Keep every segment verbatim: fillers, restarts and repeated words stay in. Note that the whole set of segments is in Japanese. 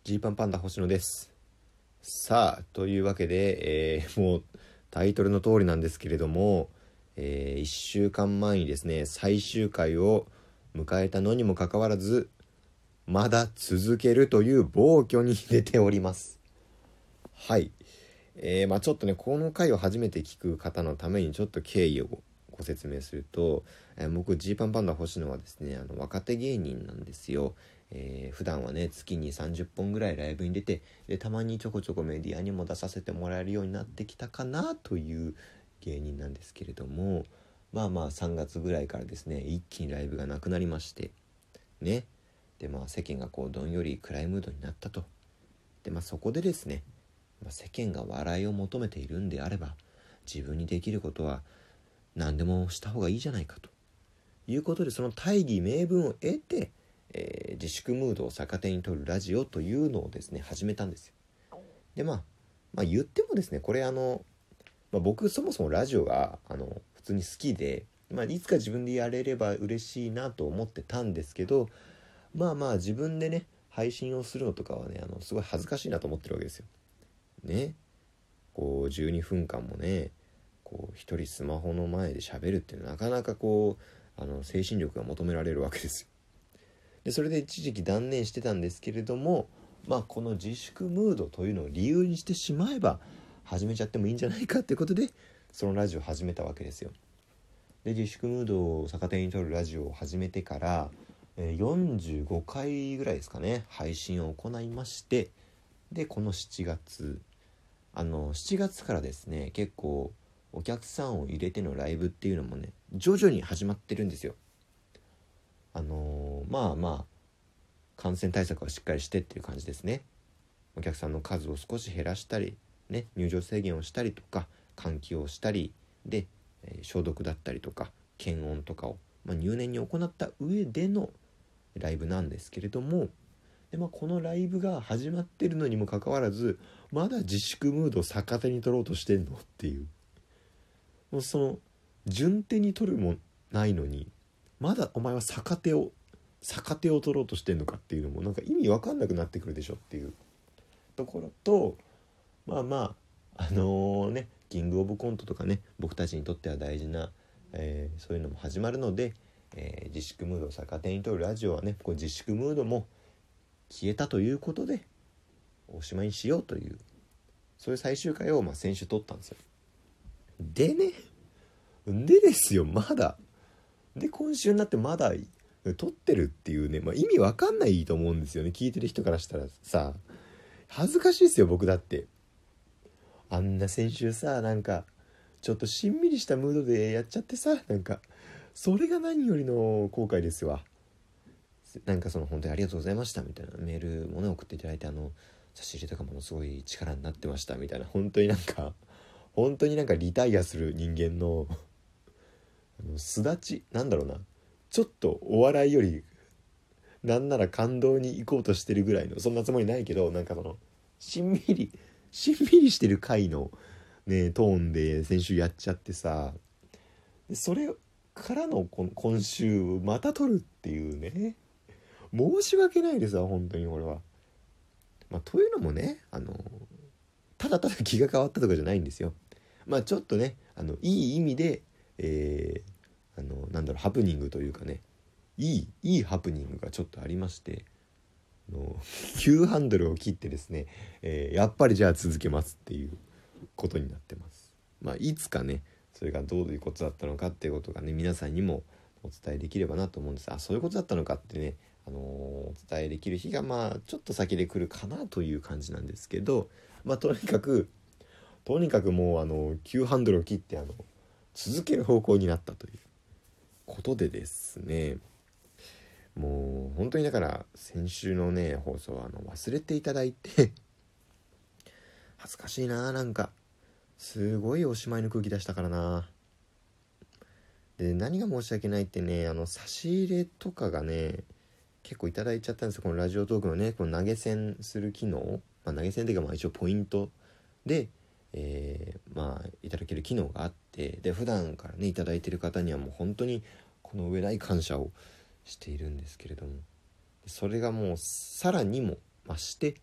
ジーパンパンダ星野です。さあというわけで、えー、もうタイトルの通りなんですけれども、えー、いっしゅうかんまえにですね最終回を迎えたのにもかかわらずまだ続けるという暴挙に出ております。はい、えー、まあちょっとねこの回を初めて聞く方のためにちょっと経緯をご説明すると、えー、僕ジーパンパンダ星野はですねあの若手芸人なんですよ。えー、普段はね月にさんじゅっぽんぐらいライブに出て、でたまにちょこちょこメディアにも出させてもらえるようになってきたかなという芸人なんですけれども、まあまあさんがつぐらいからですね一気にライブがなくなりましてね。でまあ世間がこうどんより暗いムードになったと。でまあそこでですね、まあ、世間が笑いを求めているんであれば自分にできることは何でもした方がいいじゃないかということで、その大義名分を得て、えー、自粛ムードを逆手に取るラジオというのをですね始めたんですよ。でまあまあ言ってもですねこれあの、まあ、僕そもそもラジオがあの普通に好きで、まあ、いつか自分でやれれば嬉しいなと思ってたんですけど、まあまあ自分でね配信をするのとかはねあのすごい恥ずかしいなと思ってるわけですよね。こうじゅうにふんかんもねこう一人スマホの前で喋るっていうのはなかなかこうあの精神力が求められるわけですよ。でそれで一時期断念してたんですけれども、まあこの自粛ムードというのを理由にしてしまえば始めちゃってもいいんじゃないかっていうことでそのラジオを始めたわけですよ。で自粛ムードを逆手に取るラジオを始めてからよんじゅうごかいぐらいですかね配信を行いまして、でこのしちがつあのしちがつからですね結構お客さんを入れてのライブっていうのもね徐々に始まってるんですよ。あのー、まあまあ感染対策はしっかりしてっていう感じですね。お客さんの数を少し減らしたりね、入場制限をしたりとか換気をしたりで、えー、消毒だったりとか検温とかを、まあ、入念に行った上でのライブなんですけれども、で、まあ、このライブが始まってるのにもかかわらずまだ自粛ムードを逆手に取ろうとしてんのっていう、もうその順手に取るもないのにまだお前は逆手を逆手を取ろうとしてんのかっていうのもなんか意味わかんなくなってくるでしょっていうところと、まあまああのー、ねキングオブコントとかね僕たちにとっては大事な、えー、そういうのも始まるので、えー、自粛ムードを逆手に取るラジオはねこう自粛ムードも消えたということでおしまいにしようというそういう最終回をまあ先週撮ったんですよ。でねでですよまだで今週になってまだ撮ってるっていうね、まあ、意味わかんないと思うんですよね聞いてる人からしたらさ。恥ずかしいですよ僕だって。あんな先週さなんかちょっとしんみりしたムードでやっちゃってさ、なんかそれが何よりの後悔ですわ。なんかその本当にありがとうございましたみたいなメールもね送っていただいて、あの差し入れとかものすごい力になってましたみたいな、本当になんか本当になんかリタイアする人間のあのすだちなんだろうな、ちょっとお笑いよりなんなら感動に行こうとしてるぐらいの、そんなつもりないけどなんかそのしんみりしんみりしてる回のねトーンで先週やっちゃってさ、でそれからのこ今週また撮るっていうね、申し訳ないですわ本当に俺は。まあというのもねあのただただ気が変わったとかじゃないんですよ。まあちょっとねあのいい意味で、えー、あのなんだろうハプニングというかね、いいいいハプニングがちょっとありまして、あの急ハンドルを切ってですね、えー、やっぱりじゃあ続けますっていうことになってます。まあいつかねそれがどういうことだったのかっていうことがね皆さんにもお伝えできればなと思うんです。あそういうことだったのかってね、あのー、お伝えできる日がまあちょっと先で来るかなという感じなんですけど、まあとにかくとにかくもうあの急ハンドルを切ってあの続ける方向になったということでですね、もう本当にだから先週のね放送はあの忘れていただいて恥ずかしいな、なんかすごいおしまいの空気出したからな。で何が申し訳ないってね、あの差し入れとかがね結構いただいちゃったんですよ。このラジオトークのねこの投げ銭する機能、まあ、投げ銭っていうかまあ一応ポイントで、えー、まあいただける機能があって、で普段からねいただいてる方にはもう本当にこの上ない感謝をしているんですけれども、それがもうさらにも増して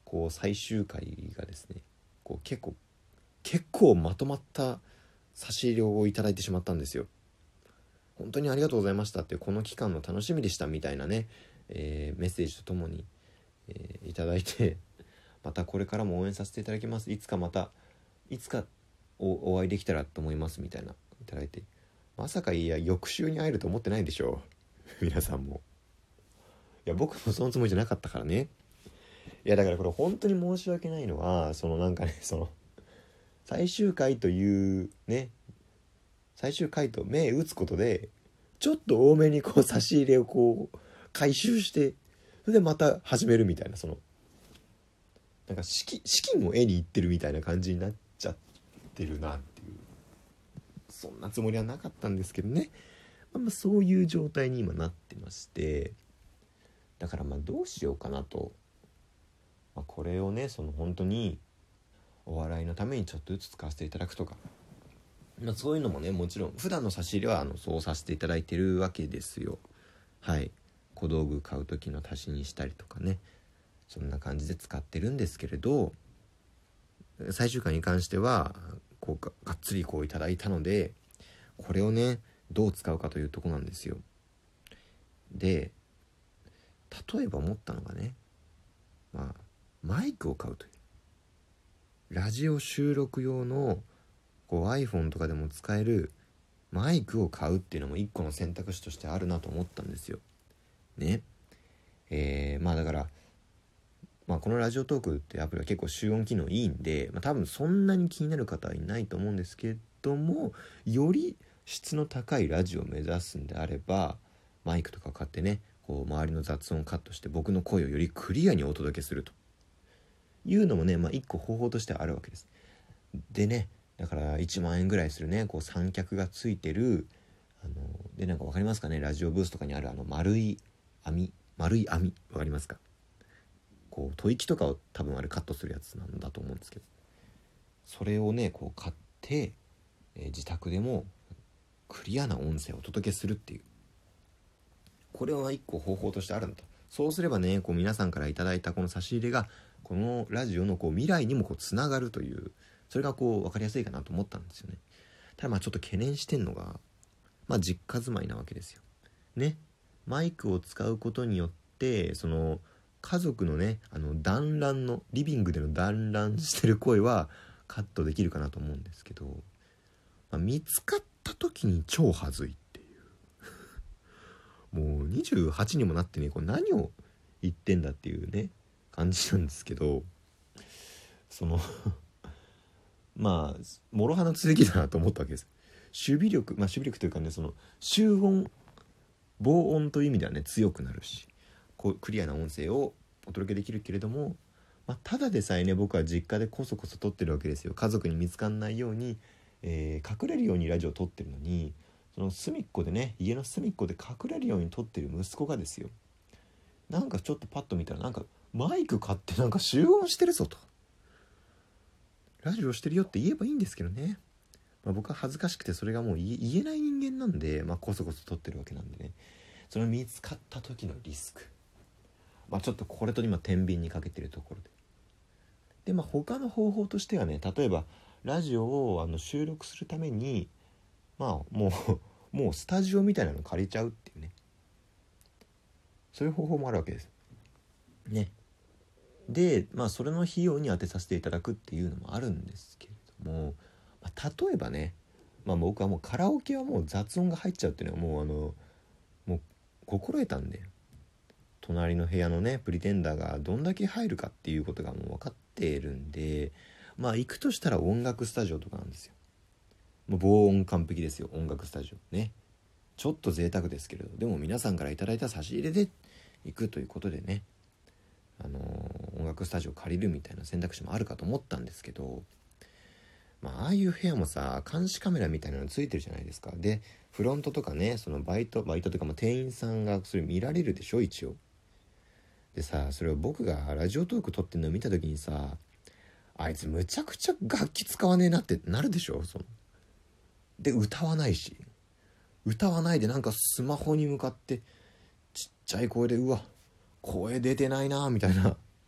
こう最終回がですねこう結構結構まとまった差し入れをいただいてしまったんですよ。本当にありがとうございましたって、この期間の楽しみでしたみたいなね、えー、メッセージとともに、えー、いただいて、またこれからも応援させていただきます、いつかまたいつか お, お会いできたらと思いますみたいないただいて、まさかいや翌週に会えると思ってないでしょう皆さんも。いや僕もそのつもりじゃなかったからね。いやだからこれ本当に申し訳ないのは、そのなんかね、その最終回というね、最終回と目打つことでちょっと多めにこう差し入れをこう回収して、それでまた始めるみたいな、そのなんか資金、資金を得に行ってるみたいな感じになっちゃってるなっていう、そんなつもりはなかったんですけどね、まあ、まあそういう状態に今なってまして、だからまあどうしようかなと、まあ、これをねその本当にお笑いのためにちょっとずつ使わせていただくとか、まあ、そういうのもねもちろん普段の差し入れはあのそうさせていただいてるわけですよ。はい、小道具買う時の足しにしたりとかね、そんな感じで使ってるんですけれど、最終回に関してはこう が, がっつりこういただいたので、これをねどう使うかというとこなんですよ。で例えば思ったのがね、まあマイクを買うという、ラジオ収録用のこう iPhone とかでも使えるマイクを買うっていうのも一個の選択肢としてあるなと思ったんですよね。えー、まあだからまあこのラジオトークってアプリは結構集音機能いいんで、まあ、多分そんなに気になる方はいないと思うんですけども、より質の高いラジオを目指すんであればマイクとか買ってね、こう周りの雑音をカットして僕の声をよりクリアにお届けするというのもね、まあ一個方法としてあるわけです。でね、だからいちまんえんぐらいするねこう三脚がついてるあのでなんか分かりますかね、ラジオブースとかにあるあの丸い網丸い網分かりますか、こう吐息とかを多分あれカットするやつなんだと思うんですけど、それをねこう買って、えー、自宅でもクリアな音声をお届けするっていう、これは一個方法としてあるんだと。そうすればねこう皆さんからいただいたこの差し入れがこのラジオのこう未来にもこうつながるという、それがこう分かりやすいかなと思ったんですよね。ただまあちょっと懸念してんのが、まあ実家住まいなわけですよね。マイクを使うことによってその家族のねあの団らんのリビングでの団らんしてる声はカットできるかなと思うんですけど、まあ、見つかった時に超はずいっていうもうにじゅうはちにもなってねこれ何を言ってんだっていうね感じなんですけど、そのまあ諸刃の剣だなと思ったわけです。守備力まあ守備力というかね、その集音防音という意味ではね強くなるし、こうクリアな音声をお届けできるけれども、まあ、ただでさえね僕は実家でこそこそ撮ってるわけですよ。家族に見つかんないように、えー、隠れるようにラジオ撮ってるのに、その隅っこでね家の隅っこで隠れるように撮ってる息子がですよ、なんかちょっとパッと見たらなんかマイク買ってなんか集音してるぞと、ラジオしてるよって言えばいいんですけどね、まあ、僕は恥ずかしくてそれがもう言えない人間なんで、まあ、こそこそ撮ってるわけなんでね、その見つかった時のリスク、まあ、ちょっとこれと今天秤にかけてるところで、でまあ他の方法としてはね、例えばラジオをあの収録するためにまあもうもうスタジオみたいなの借りちゃうっていうね、そういう方法もあるわけですね。でまあそれの費用に当てさせていただくっていうのもあるんですけれども、まあ、例えばね、まあ僕はもうカラオケはもう雑音が入っちゃうっていうのはもうあのもう心得たんで、隣の部屋のねプリテンダーがどんだけ入るかっていうことがもう分かっているんで、まあ行くとしたら音楽スタジオとかなんですよ。もう防音完璧ですよ音楽スタジオね。ちょっと贅沢ですけれど、でも皆さんからいただいた差し入れで行くということでね、あのー、音楽スタジオ借りるみたいな選択肢もあるかと思ったんですけど、まあああいう部屋もさ監視カメラみたいなのついてるじゃないですか。でフロントとかね、そのバイトバイトとかも店員さんがそれ見られるでしょ一応。でさ、それを僕がラジオトーク撮ってるのを見た時にさ、あいつむちゃくちゃ楽器使わねえなってなるでしょ。そので歌わないし、歌わないでなんかスマホに向かってちっちゃい声でうわ声出てないなみたいな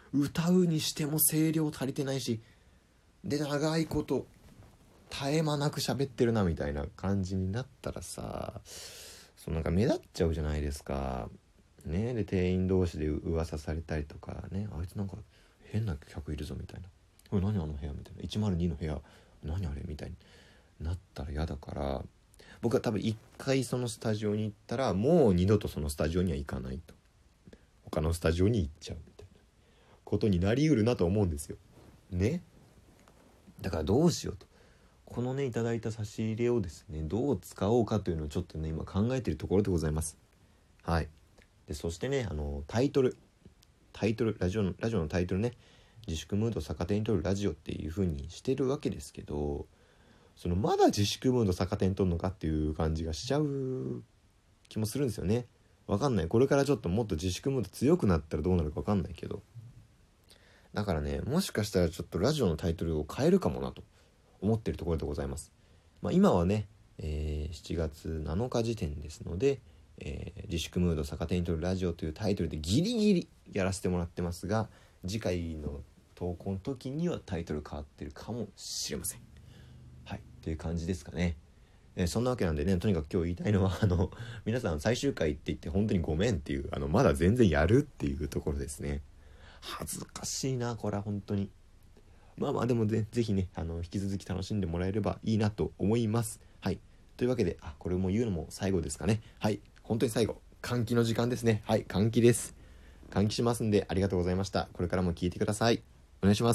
歌うにしても声量足りてないし、で長いこと絶え間なく喋ってるなみたいな感じになったらさ、そうなんか目立っちゃうじゃないですかね。で店員同士で噂されたりとかね、あいつなんか変な客いるぞみたいな、これ何あの部屋みたいな、いちまるにの部屋何あれみたいになったら嫌だから、僕は多分一回そのスタジオに行ったらもう二度とそのスタジオには行かないと、他のスタジオに行っちゃうみたいなことになりうるなと思うんですよね。だからどうしようと、このねいただいた差し入れをですねどう使おうかというのをちょっとね今考えているところでございます。はい。でそしてね、あのタイトルタイトルラジオのラジオのタイトルね、自粛ムード逆手に取るラジオっていう風にしてるわけですけど、そのまだ自粛ムード逆手に取るのかっていう感じがしちゃう気もするんですよね。わかんない、これからちょっともっと自粛ムード強くなったらどうなるかわかんないけど、だからねもしかしたらちょっとラジオのタイトルを変えるかもなと思ってるところでございます。まあ、今はね、えー、しちがつなのか時点ですので、えー、自粛ムード逆手に取るラジオというタイトルでギリギリやらせてもらってますが、次回の投稿の時にはタイトル変わってるかもしれません。はいという感じですかね。えー、そんなわけなんでね、とにかく今日言いたいのはあの皆さん最終回って言って本当にごめんっていう、あのまだ全然やるっていうところですね。恥ずかしいなこれは本当に。まあまあでも ぜ, ぜひねあの引き続き楽しんでもらえればいいなと思います。はいというわけで、あこれも言うのも最後ですかね。はい本当に最後、換気の時間ですね。はい換気です。換気しますんでありがとうございました。これからも聞いてください。お願いします。